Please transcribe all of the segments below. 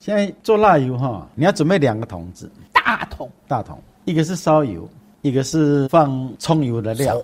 现在做辣油你要准备2个桶子， 大桶， 一个是烧油，一个是放葱油的料。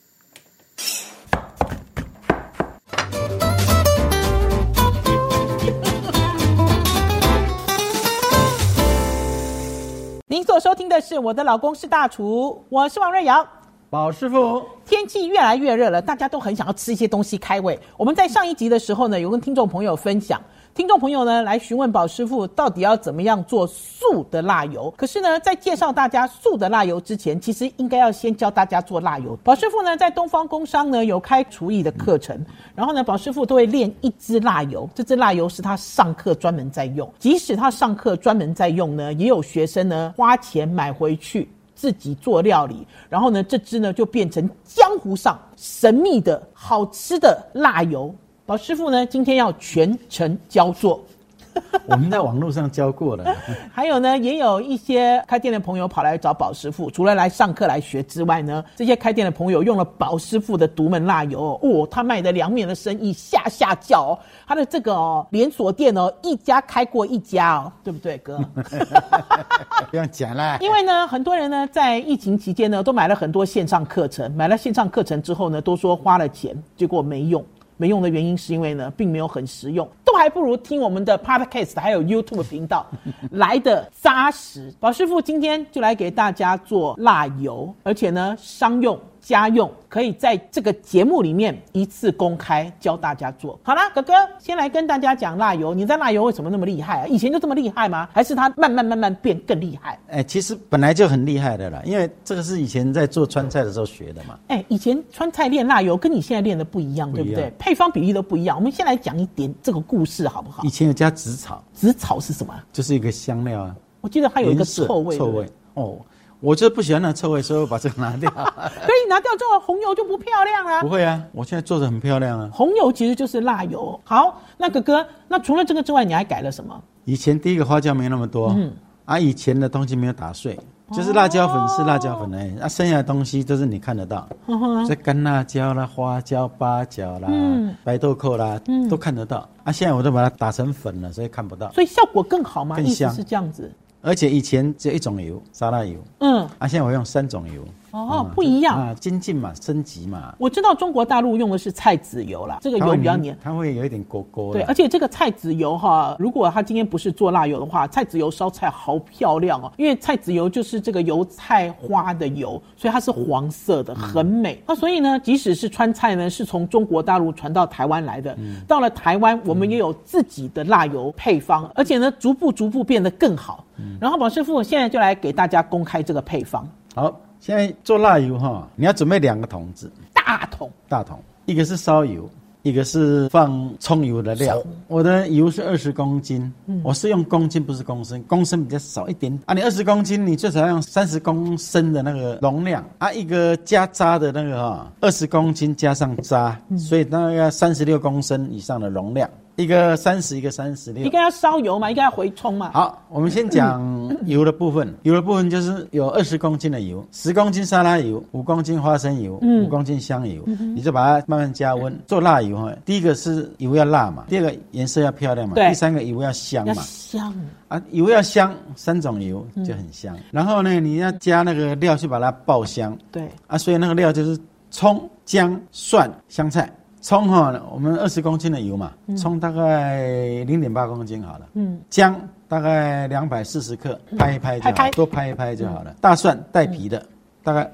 您所收听的是《我的老公是大厨》，我是王瑞瑶。 宝师傅， 天气越来越热了，大家都很想要吃一些东西开胃。我们在上一集的时候呢，有跟听众朋友分享，听众朋友呢来询问宝师傅到底要怎么样做素的辣油。可是呢，在介绍大家素的辣油之前，其实应该要先教大家做辣油。宝师傅呢在东方工商呢有开厨艺的课程，然后呢宝师傅都会练一支辣油，这支辣油是他上课专门在用。即使他上课专门在用呢，也有学生呢花钱买回去自己做料理，然后呢这支呢就变成江湖上神秘的好吃的辣油。宝师傅呢今天要全程教做。 我们在网络上教过了。 还有呢，也有一些开店的朋友跑来找宝师傅，除了来上课来学之外呢，这些开店的朋友用了宝师傅的独门辣油他卖的凉面的生意下叫他的这个连锁店一家开过一家对不对哥？ 不用讲啦。 因为呢很多人呢在疫情期间呢都买了很多线上课程，买了线上课程之后呢都说花了钱，结果没用的原因是因为呢并没有很实用，都还不如听我们的 Podcast 还有 YouTube 频道来的扎实。宝师傅今天就来给大家做辣油，而且呢商用家用，可以在这个节目里面一次公开教大家做。好啦，哥哥先来跟大家讲辣油。你在辣油为什么那么厉害啊？以前就这么厉害吗？还是它慢慢变更厉害？ 其实本来就很厉害的啦，因为这个是以前在做川菜的时候学的嘛。 以前川菜练辣油跟你现在练的不一样，对不对？配方比例都不一样。我们先来讲一点这个故事好不好？ 以前有加紫草。 紫草是什么？ 就是一个香料啊。 我记得它有一个臭味。 我就不喜欢那臭味，所以我把这个拿掉。 可以拿掉之后，红油就不漂亮啦。 不会啊，我现在做得很漂亮啊。 红油其实就是辣油。好，那哥哥，那除了这个之外，你还改了什么？ 以前第一个花椒没那么多，以前的东西没有打碎，就是辣椒粉是辣椒粉而已，剩下的东西都是你看得到，这干辣椒啦、花椒、八角啦、白豆蔻啦，都看得到。现在我都把它打成粉了，所以看不到。 所以效果更好吗？ 更香， 意思是这样子。 而且以前只有一种油，沙拉油。现在我用3种油。 不一样精进嘛，升级嘛。 我知道中国大陆用的是菜籽油啦，这个油比较黏， 它会有一点勾勾的。 对，而且这个菜籽油如果它今天不是做辣油的话，菜籽油烧菜好漂亮因为菜籽油就是这个油菜花的油，所以它是黄色的，很美。所以呢，即使是川菜呢，是从中国大陆传到台湾来的，到了台湾，我们也有自己的辣油配方，而且呢，逐步变得更好。然后宝师傅现在就来给大家公开这个配方。 好。现在做辣油你要准备2个桶子， 大桶， 一个是烧油，一个是放葱油的料。我的油是20公斤，我是用公斤不是公升，公升比较少一点你20公斤你最少要用30公升的那个容量一个加渣的那个20公斤加上渣，所以大概要36公升以上的容量。一个30，一个36， 一个要烧油嘛，一个要回冲嘛。 好，我们先讲油的部分。油的部分就是有20公斤的油，10公斤沙拉油，5公斤花生油，5公斤香油，你就把它慢慢加温。做辣油第一个是油要辣嘛，第二个颜色要漂亮嘛，第三个油要香嘛。油要香，3种油就很香。然后呢，你要加那个料去把它爆香。 对所以那个料就是葱、姜、蒜、香菜。葱我们20公斤的油嘛，葱大概0.8公斤好了。姜大概240克，拍一拍就好，多拍一拍就好了。大蒜带皮的，大概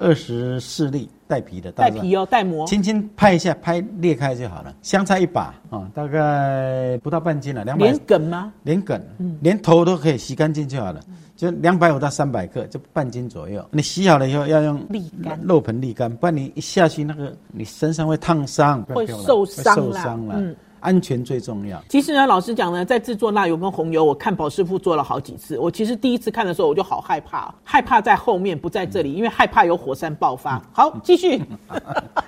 24粒带皮的大蒜， 带皮带膜， 轻轻拍一下，拍裂开就好了。香菜1把大概不到半斤了，200。 连梗吗？ 连梗，连头都可以洗干净就好了。就250到300克，就半斤左右。你洗好了以后要用肉盆沥干，不然你一下去那个你身上会烫伤， 会受伤啦。 安全最重要。 其实呢，老实讲呢，在制作辣油跟红油，我看宝师傅做了好几次。我其实第一次看的时候，我就好害怕，害怕在后面不在这里，因为害怕有火山爆发。好，继续。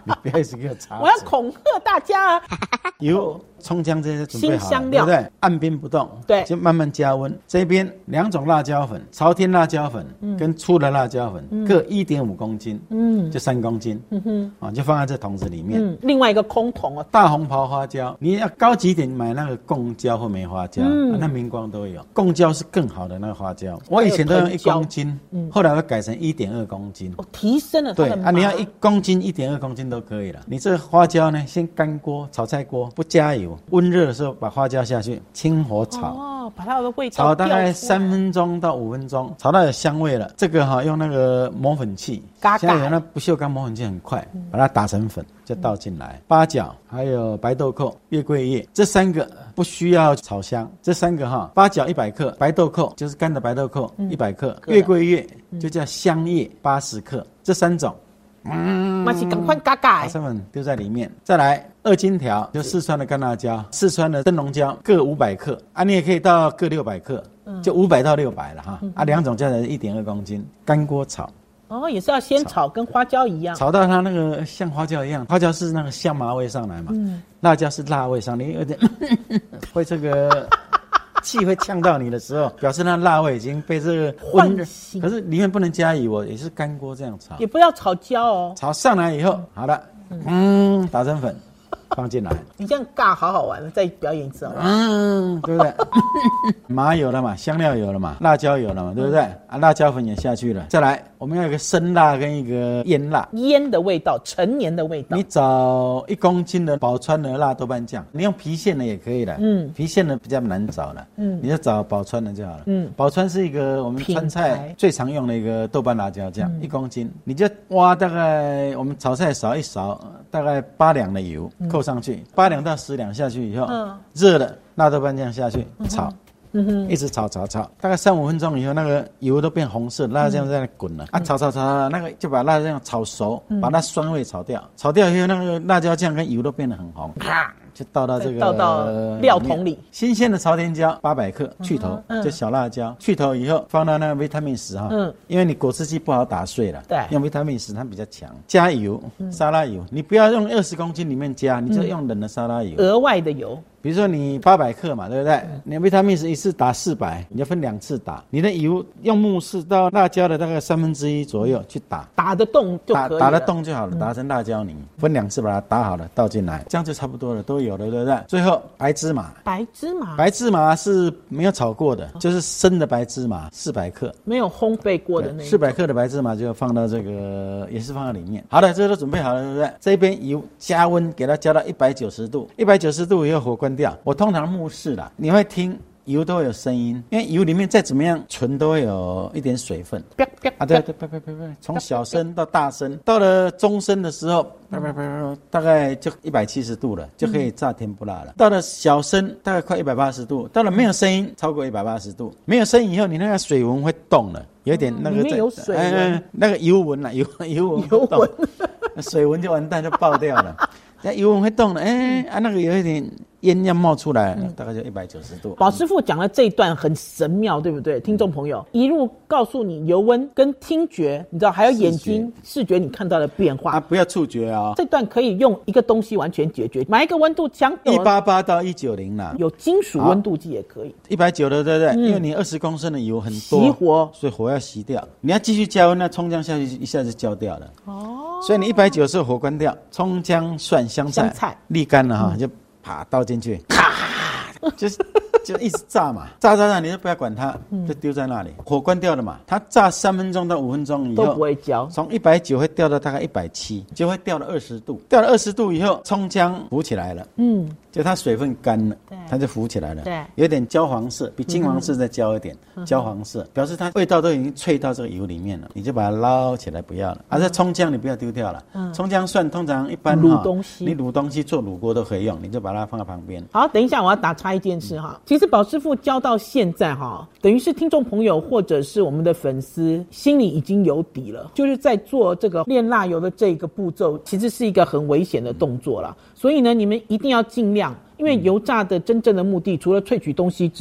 你不要一直给我插嘴。 我要恐吓大家啊！ 油、葱姜这些准备好了， 辛香料对不对？按兵不动， 对， 就慢慢加温。这边2种辣椒粉，朝天辣椒粉跟粗的辣椒粉各1.5公斤，就3公斤，就放在这桶子里面。 另外一个空桶哦， 大红袍花椒，你要高级一点买那个贡椒或梅花椒，那明光都有。贡椒是更好的那个花椒，我以前都用1公斤，后来我改成1.2公斤， 提升了它的麻。 对你要1公斤、1.2公斤都可以了。你这个花椒呢，先干锅炒菜锅，不加油，温热的时候把花椒下去，轻火炒， 把它的味道炒大概3分钟到5分钟，炒到有香味了。这个用那个磨粉器，现在有那不锈钢磨粉器很快，把它打成粉就倒进来。八角还有白豆蔻、月桂叶这3个不需要炒香，这3个八角100克，白豆蔻就是干的白豆蔻100克，月桂叶就叫香叶80克，这3种。 马上赶快嘎嘎， 把生粉丢在里面。再来2金条，就四川的干辣椒，四川的灯笼椒各500克你也可以到各600克，就500到600了2种加起来1.2公斤，干锅炒。 也是要先炒，跟花椒一样， 炒到它那个像花椒一样，花椒是那个香麻味上来嘛，辣椒是辣味上来，你有点会这个。气会呛到你的时候，表示那辣味已经被这个温热，可是里面不能加油也是干锅这样炒， 也不要炒焦哦。 炒上来以后，好了，打成粉，放进来。 你这样尬好好玩了，再表演一次好了。 对不对？麻有了嘛，香料有了嘛，辣椒有了嘛，对不对？辣椒粉也下去了。再来，我们要有一个生辣跟一个腌辣， 腌的味道，陈年的味道。 你找1公斤的宝川的辣豆瓣酱，你用郫县的也可以的。郫县的比较难找了。你就找宝川的就好了。宝川是一个我们川菜最常用的一个豆瓣辣椒酱，1公斤，你就挖大概我们炒菜勺一勺，大概8两的油扣上去，8两到10两下去以后，热了辣豆瓣酱下去炒。一直炒，大概3-5分钟以后，那个油都变红色，辣椒在那滚了炒，那个就把辣椒酱炒熟，把那酸味炒掉，炒掉以后，那个辣椒酱跟油都变得很红，就倒到这个倒到料桶里。 新鲜的朝天椒800克，去头，就小辣椒，去头以后放到那个维他命10因为你果汁机不好打碎了， 对， 用维他命10它比较强。加油，沙拉油，你不要用20公斤里面加，你就用冷的沙拉油， 额外的油。 比如说你800克嘛，对不对？你维他命10一次打400，你要分2次打。你的油用目视到辣椒的大概1/3左右去打， 打得动就可以了， 打得动就好了，打成辣椒泥，分2次把它打好了，倒进来，这样就差不多了，都有了，对不对？最后白芝麻，白芝麻是没有炒过的，就是生的白芝麻400克， 没有烘焙过的那 400克的白芝麻就放到这个，也是放在里面。好了，这都准备好了，对不对？这边油加温，给它加到190度，190度以后火关掉。我通常目视啦，你会听油都会有声音，因为油里面再怎么样纯都会有一点水分对，从小声到大声，到了中声的时候，大概就170度了，就可以炸甜不辣了。到了小声大概快180度，到了没有声音超过180度，没有声音以后，你那个水纹会动了，有点那个里面有水纹， 那个油纹啦，油纹会动，水纹就完蛋，就爆掉了。那油纹会动了，那个有一点烟要冒出来，大概就190度。 宝师傅讲的这一段很神妙，对不对？听众朋友，一路告诉你油温跟听觉，你知道还有眼睛视觉你看到的变化不要触觉啊。 这段可以用一个东西完全解决，买一个温度枪 188到190啦， 有金属温度计也可以。 190的，对不对？因为你20公升的油很多， 熄火， 所以火要熄掉。你要继续加温，那葱姜下去一下就焦掉了。所以你190火关掉，葱姜蒜香菜沥干了就啪倒进去，咔，就一直炸嘛，炸，你就不要管它，就丢在那里，火关掉了嘛。它炸3分钟到5分钟以后都不会焦， 从190会掉到大概170，就会掉了20度。掉了20度以后，葱姜浮起来了，就它水分干了，它就浮起来了，有点焦黄色，比金黄色再焦一点，焦黄色表示它味道都已经萃到这个油里面了，你就把它捞起来不要了。这葱姜你不要丢掉了，葱姜蒜通常一般卤东西， 你卤东西做卤锅都可以用，你就把它放在旁边。 好，等一下我要打岔一件事其实宝师傅教到现在等于是听众朋友或者是我们的粉丝心里已经有底了，就是在做这个炼辣油的这个步骤，其实是一个很危险的动作啦。所以呢，你们一定要尽量，因为油炸的真正的目的除了萃取东西之外，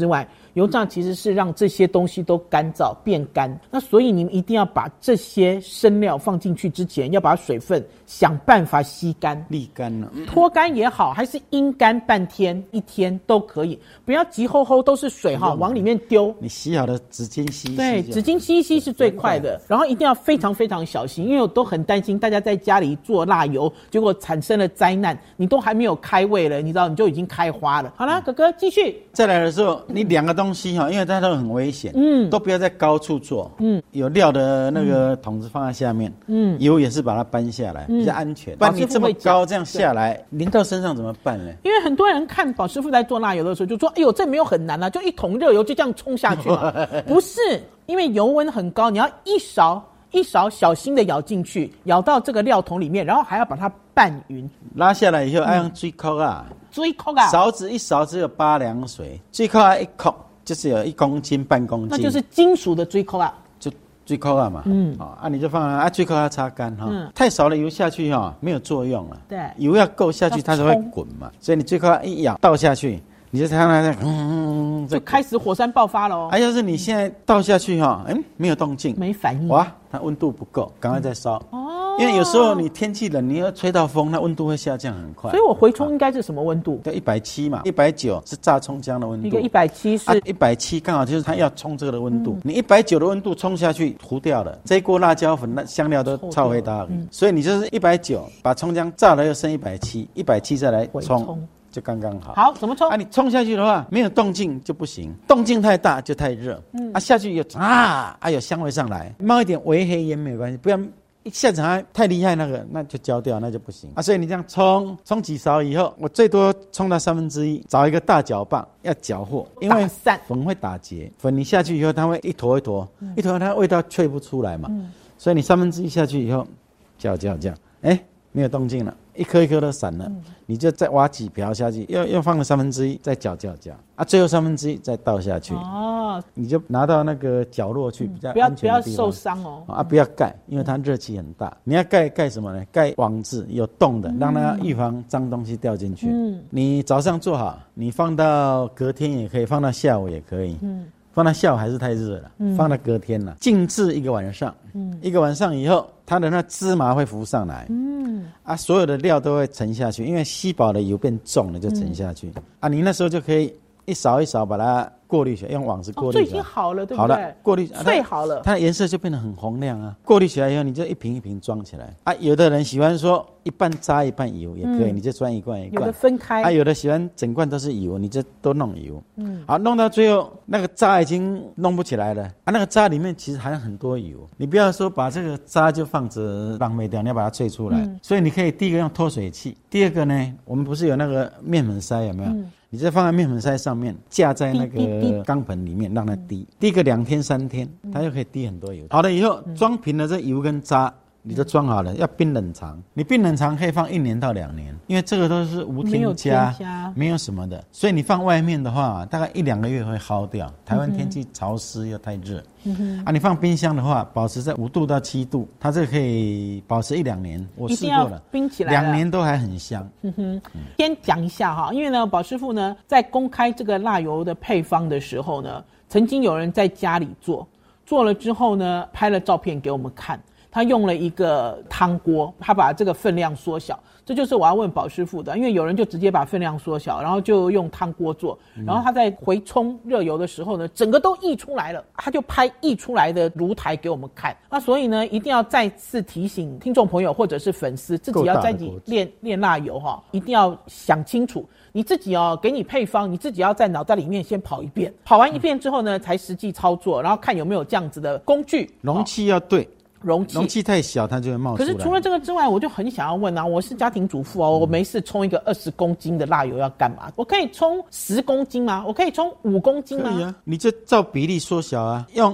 油炸其实是让这些东西都干燥变干，那所以你们一定要把这些生料放进去之前，要把水分想办法吸干、 沥干了， 脱干也好，还是阴干半天、一天都可以，不要急吼吼都是水往里面丢。 你洗好的纸巾吸一吸， 对，纸巾吸一吸是最快的，然后一定要非常非常小心，因为我都很担心大家在家里做辣油，结果产生了灾难，你都还没有开胃了，你知道你就已经开花了。好啦，哥哥继续。 再来的时候，你两个东西因为它都很危险，都不要在高处做，有料的那个桶子放在下面，油也是把它搬下来，比较安全。不然你这么高这样下来，淋到身上怎么办呢？ 因为很多人看宝师傅在做辣油的时候就说：“哎呦，这没有很难啊，就一桶热油就这样冲下去嘛。”不是，因为油温很高，你要一勺小心的舀进去，舀到这个料桶里面，然后还要把它拌匀。 拉下来以后，要用水扣啊，勺子一勺只有8两水，水扣啊一扣就是有1公斤半公斤， 那就是金属的水扣啊。 水扣啊嘛，你就放水扣要擦干太少的油下去没有作用了， 对， 油要够下去它才会滚嘛，所以你水扣一舀倒下去，你就看它就开始火山爆发了哦。 要是你现在倒下去没有动静， 没反应， 哇，它温度不够，赶快再烧因为有时候你天气冷，你要吹到风，那温度会下降很快。 所以我回冲应该是什么温度？ 就170嘛，190是炸葱姜的温度。 一个170是 170，刚好就是它要冲这个的温度。你190的温度冲下去，糊掉了，这一锅辣椒粉、那香料都超回大所以你就是190，把葱姜炸了又升170再来冲。就刚刚好。 好，怎么冲？ 你冲下去的话，没有动静就不行，动静太大就太热。下去有有香味上来，冒一点微黑烟没有关系，不要一下子太厉害那就焦掉，那就不行所以你这样冲几勺以后，我最多冲到1/3，找一个大搅拌要搅和，因为粉会打结，粉你下去以后它会一坨一坨，它味道萃不出来嘛。所以你1/3下去以后，搅，没有动静了，一颗一颗都散了，你就再挖几瓢下去，又放了1/3，再搅最后1/3再倒下去你就拿到那个角落去，比较安全的地方， 不要受伤不要盖，因为它热气很大。你要盖什么呢？盖网子有洞的，让它预防脏东西掉进去。你早上做好，你放到隔天也可以，放到下午也可以。放到下午还是太热了，放到隔天了，静置1个晚上。1个晚上以后，它的那芝麻会浮上来。所有的料都会沉下去，因为吸饱的油变重了就沉下去。你那时候就可以一勺一勺把它过滤起来，用网子过滤起来。 这已经好了，对不对？ 好了，过滤最好了， 它的颜色就变得很红亮过滤起来以后，你就一瓶一瓶装起来有的人喜欢说一半渣一半油也可以，你就装一罐一罐。 有的分开有的喜欢整罐都是油，你就都弄油。好，弄到最后那个渣已经弄不起来了那个渣里面其实含很多油，你不要说把这个渣就放着浪费掉，你要把它萃出来。所以你可以第一个用脱水器，第二个呢，我们不是有那个面粉筛有没有？你再放在面粉筛上面，架在那个钢盆里面让它滴，滴个2天3天，它就可以滴很多油。好了以后装平了这油跟渣，你就装好了，要冰冷藏。你冰冷藏可以放1年到2年，因为这个都是无添加，没有什么的，所以你放外面的话，大概1-2个月会耗掉。台湾天气潮湿又太热，你放冰箱的话，保持在5度到7度，它这个可以保持1-2年。我试过了， 冰起来 2年都还很香。 先讲一下因为呢，宝师傅呢在公开这个辣油的配方的时候呢，曾经有人在家里做了之后呢，拍了照片给我们看。他用了一个汤锅，他把这个分量缩小，这就是我要问宝师傅的，因为有人就直接把分量缩小，然后就用汤锅做，然后他在回冲热油的时候呢，整个都溢出来了，他就拍溢出来的炉台给我们看。那所以呢，一定要再次提醒听众朋友或者是粉丝，自己要在练辣油一定要想清楚。你自己给你配方，你自己要在脑袋里面先跑一遍，跑完一遍之后呢，才实际操作，然后看有没有这样子的工具。 容器要对。 容器太小，它就会冒出来。 可是除了这个之外，我就很想要问我是家庭主妇我没事冲一个20公斤的辣油要干嘛？我可以冲10公斤吗？我可以冲5公斤吗？ 可以啊，你就照比例缩小用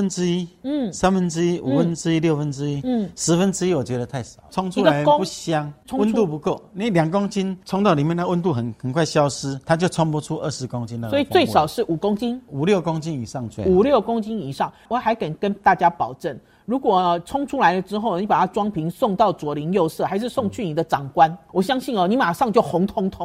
1/2、1/3、1/5、6/1、1/10，我觉得太少，冲出来不香，温度不够。你2公斤冲到里面，那温度很快消失，它就冲不出20公斤的。 所以最少是5公斤 ，5-6公斤以上最好。 5-6公斤以上，我还敢跟大家保证。如果冲出来了之后，你把它装瓶送到左邻右舍，还是送去你的长官，我相信你马上就红彤彤了。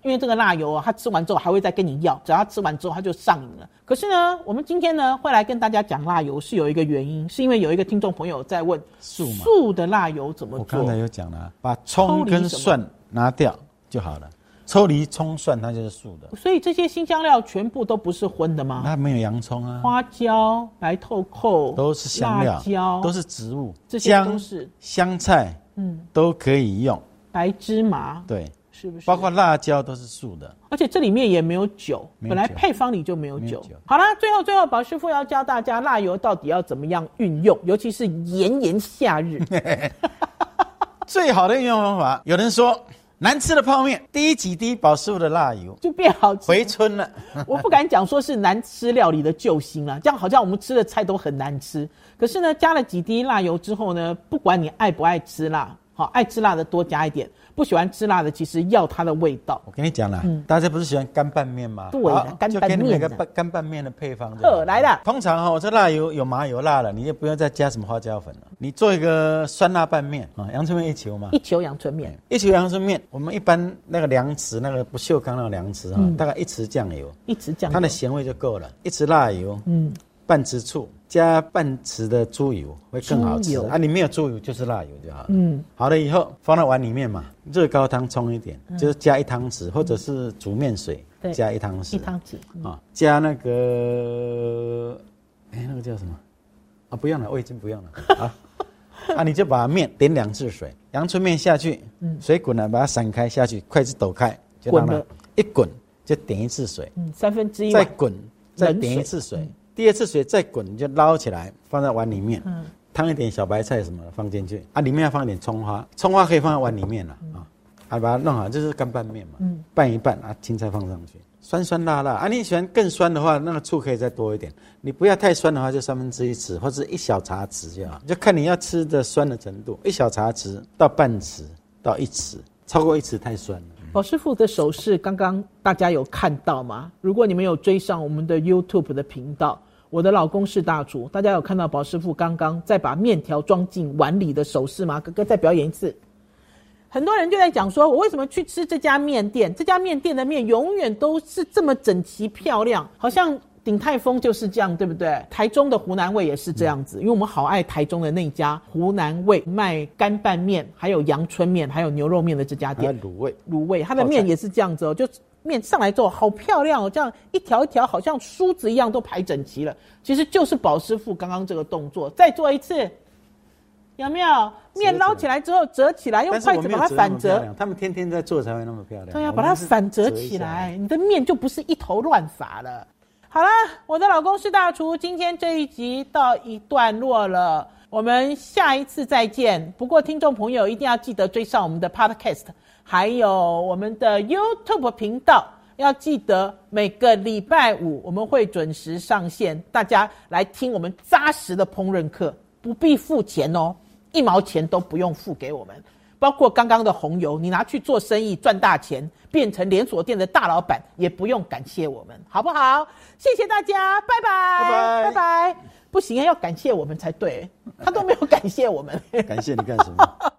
因为这个辣油啊，他吃完之后还会再跟你要，只要他吃完之后他就上瘾了。可是呢，我们今天呢会来跟大家讲辣油是有一个原因，是因为有一个听众朋友在问素的辣油怎么做。 我刚才有讲了，把葱跟蒜拿掉就好了。抽离葱蒜它就是素的， 所以这些辛香料全部都不是荤的吗？ 它没有洋葱啊， 花椒、白豆蔻都是香料， 辣椒都是植物， 这些都是香菜，都可以用。 白芝麻， 对， 是不是？ 包括辣椒都是素的， 而且这里面也没有酒，本来配方里就没有酒。好啦，最后宝师傅要教大家辣油到底要怎么样运用，尤其是炎夏日。 最好的运用方法，有人说。难吃的泡面，滴几滴宝师傅的辣油就变好吃， 回春了。 我不敢讲说是难吃料理的救星啦，这样好像我们吃的菜都很难吃。可是呢，加了几滴辣油之后呢，不管你爱不爱吃辣，好爱吃辣的多加一点，不喜欢吃辣的其实要它的味道。 我跟你讲啦，大家不是喜欢干拌面吗？ 对的，干拌面。 就给你们一个干拌面的配方。 来了。 通常这辣油有麻有辣了，你也不用再加什么花椒粉了。你做一个酸辣拌面啊，阳春面一球嘛， 一球阳春面， 一球阳春面，我们一般那个量匙，那个不锈钢那个量匙大概1匙酱油，它的咸味就够了。1匙辣油，半匙醋，加半匙的猪油会更好吃啊。你没有猪油就是辣油就好了。好了以后放到碗里面嘛，热高汤冲一点，就是加1汤匙，或者是煮面水加1汤匙，啊，加那个那个叫什么啊？不用了，我已经不用了啊，你就把面点2次水，阳春面下去，水滚了，把它散开下去，筷子抖开，就让它一滚，就点1次水 1/3， 再滚，再点1次水，第2次水再滚，你就捞起来放在碗里面，烫一点小白菜什么的放进去啊，里面要放一点葱花，葱花可以放在碗里面了啊，把它弄好，就是干拌面嘛，拌一拌啊，青菜放上去。酸酸辣辣啊！你喜欢更酸的话，那个醋可以再多一点。你不要太酸的话，就1/3匙或者1小茶匙就好，就看你要吃的酸的程度。1小茶匙到半匙到1匙，超过1匙太酸了。 宝师傅的手势刚刚大家有看到吗？如果你们有追上我们的 YouTube 的频道，我的老公是大厨，大家有看到宝师傅刚刚在把面条装进碗里的手势吗？哥哥再表演一次。很多人就在讲说，我为什么去吃这家面店？这家面店的面永远都是这么整齐漂亮，好像鼎泰丰就是这样，对不对？台中的湖南味也是这样子，因为我们好爱台中的那家湖南味卖干拌面，还有阳春面，还有牛肉面的这家店。卤味，它的面也是这样子就面上来之后好漂亮这样一条一条好像梳子一样都排整齐了。其实就是宝师傅刚刚这个动作，再做一次。有没有面捞起来之后折起来，用筷子把它反折？ 他们天天在做才会那么漂亮。 对啊，把它反折起来，你的面就不是一头乱发了。好了，我的老公是大厨，今天这一集到一段落了，我们下一次再见。不过听众朋友一定要记得追上我们的 Podcast， 还有我们的 YouTube 频道，要记得每个礼拜5我们会准时上线，大家来听我们扎实的烹饪课，不必付钱哦。1毛钱都不用付给我们，包括刚刚的红油，你拿去做生意赚大钱，变成连锁店的大老板，也不用感谢我们，好不好？谢谢大家，拜拜，拜拜。不行，要感谢我们才对，他都没有感谢我们。 感谢你干什么？